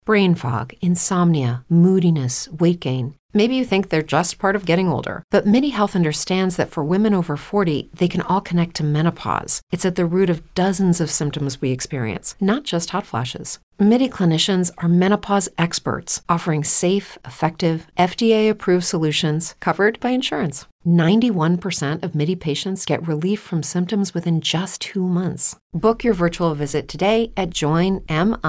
Brain fog, insomnia, moodiness, weight gain. Maybe you think they're just part of getting older, but MIDI Health understands that for women over 40, they can all connect to menopause. It's at the root of dozens of symptoms we experience, not just hot flashes. MIDI clinicians are menopause experts, offering safe, effective, FDA-approved solutions covered by insurance. 91% of MIDI patients get relief from symptoms within just 2 months. Book your virtual visit today at joinmidi.com.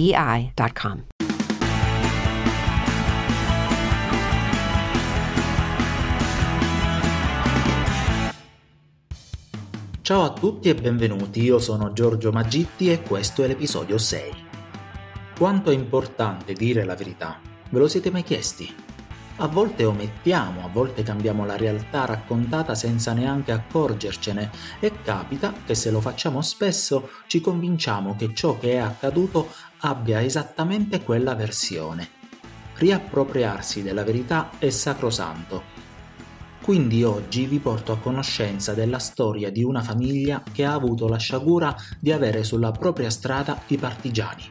Ciao a tutti e benvenuti, io sono Giorgio Maggitti e questo è l'episodio 6. Quanto è importante dire la verità? Ve lo siete mai chiesti? A volte omettiamo, a volte cambiamo la realtà raccontata senza neanche accorgercene e capita che se lo facciamo spesso ci convinciamo che ciò che è accaduto abbia esattamente quella versione. Riappropriarsi della verità è sacrosanto. Quindi oggi vi porto a conoscenza della storia di una famiglia che ha avuto la sciagura di avere sulla propria strada i partigiani.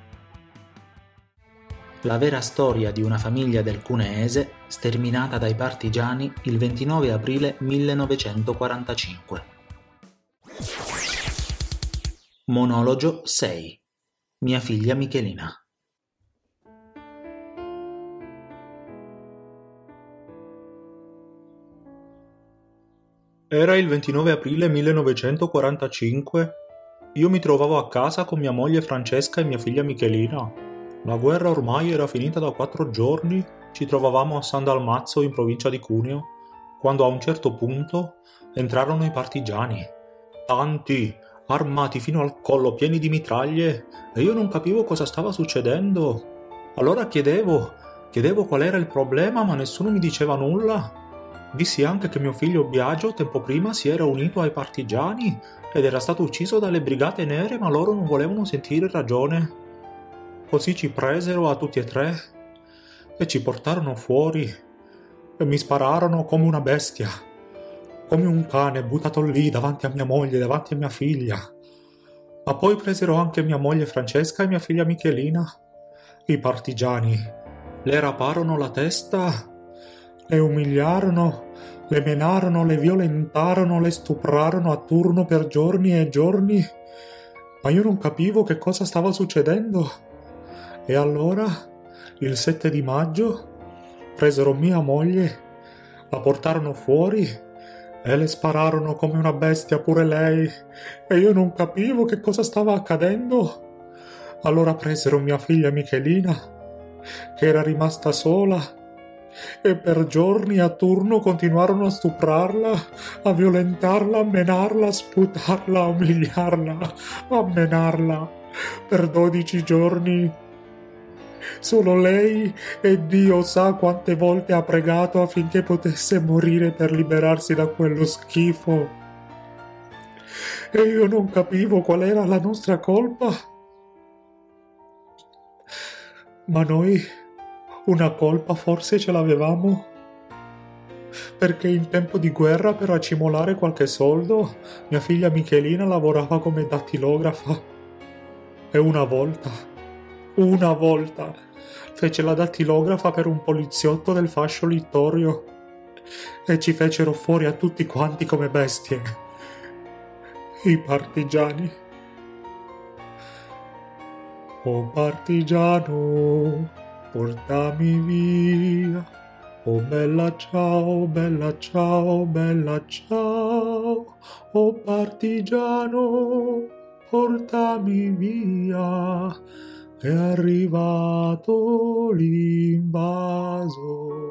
La vera storia di una famiglia del Cuneese sterminata dai partigiani il 29 aprile 1945. Monologo 6. Mia figlia Michelina. Era il 29 aprile 1945. Io mi trovavo a casa con mia moglie Francesca e mia figlia Michelina. La guerra ormai era finita da 4 giorni, ci trovavamo a San Dalmazzo in provincia di Cuneo, quando a un certo punto entrarono i partigiani. Tanti, armati fino al collo, pieni di mitraglie, e io non capivo cosa stava succedendo. Allora chiedevo qual era il problema, ma nessuno mi diceva nulla. Dissi anche che mio figlio Biagio tempo prima si era unito ai partigiani ed era stato ucciso dalle brigate nere, ma loro non volevano sentire ragione. Così ci presero a tutti e 3 e ci portarono fuori e mi spararono come una bestia, come un cane buttato lì davanti a mia moglie, davanti a mia figlia. Ma poi presero anche mia moglie Francesca e mia figlia Michelina. I partigiani le raparono la testa, le umiliarono, le menarono, le violentarono, le stuprarono a turno per giorni e giorni, ma io non capivo che cosa stava succedendo. E allora, il 7 di maggio, presero mia moglie, la portarono fuori e le spararono come una bestia pure lei, e io non capivo che cosa stava accadendo. Allora presero mia figlia Michelina, che era rimasta sola, e per giorni a turno continuarono a stuprarla, a violentarla, a menarla, a sputarla, a umiliarla, a menarla per 12 giorni. Solo lei e Dio sa quante volte ha pregato affinché potesse morire per liberarsi da quello schifo. E io non capivo qual era la nostra colpa. Ma noi una colpa forse ce l'avevamo, perché in tempo di guerra, per accumulare qualche soldo, mia figlia Michelina lavorava come dattilografa e una volta, fece la dattilografa per un poliziotto del fascio Littorio e ci fecero fuori a tutti quanti come bestie. I partigiani. Oh partigiano, portami via, oh bella ciao, bella ciao, bella ciao, oh partigiano, portami via, è arrivato l'invaso.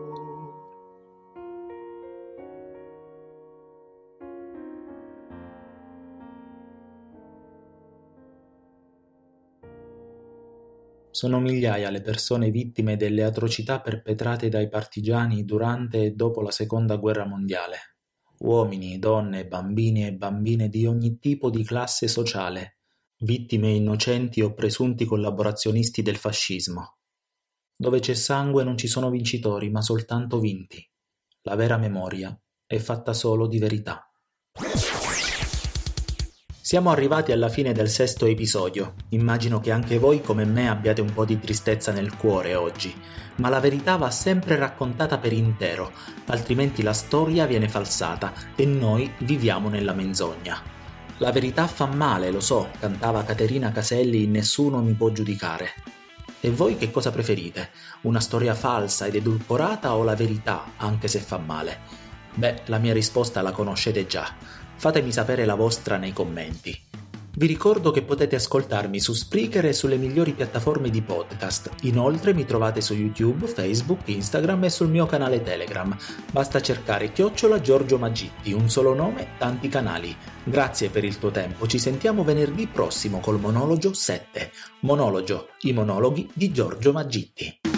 Sono migliaia le persone vittime delle atrocità perpetrate dai partigiani durante e dopo la Seconda Guerra Mondiale. Uomini, donne, bambini e bambine di ogni tipo di classe sociale, vittime innocenti o presunti collaborazionisti del fascismo. Dove c'è sangue non ci sono vincitori, ma soltanto vinti. La vera memoria è fatta solo di verità. Siamo arrivati alla fine del 6º episodio. Immagino che anche voi come me abbiate un po' di tristezza nel cuore oggi, ma la verità va sempre raccontata per intero, altrimenti la storia viene falsata e noi viviamo nella menzogna. La verità fa male, lo so, cantava Caterina Caselli in Nessuno mi può giudicare. E voi che cosa preferite? Una storia falsa ed edulcorata o la verità, anche se fa male? Beh, la mia risposta la conoscete già. Fatemi sapere la vostra nei commenti. Vi ricordo che potete ascoltarmi su Spreaker e sulle migliori piattaforme di podcast. Inoltre mi trovate su YouTube, Facebook, Instagram e sul mio canale Telegram. Basta cercare @Giorgio Maggitti, un solo nome, tanti canali. Grazie per il tuo tempo, ci sentiamo venerdì prossimo col Monologio 7. Monologio, i monologhi di Giorgio Maggitti.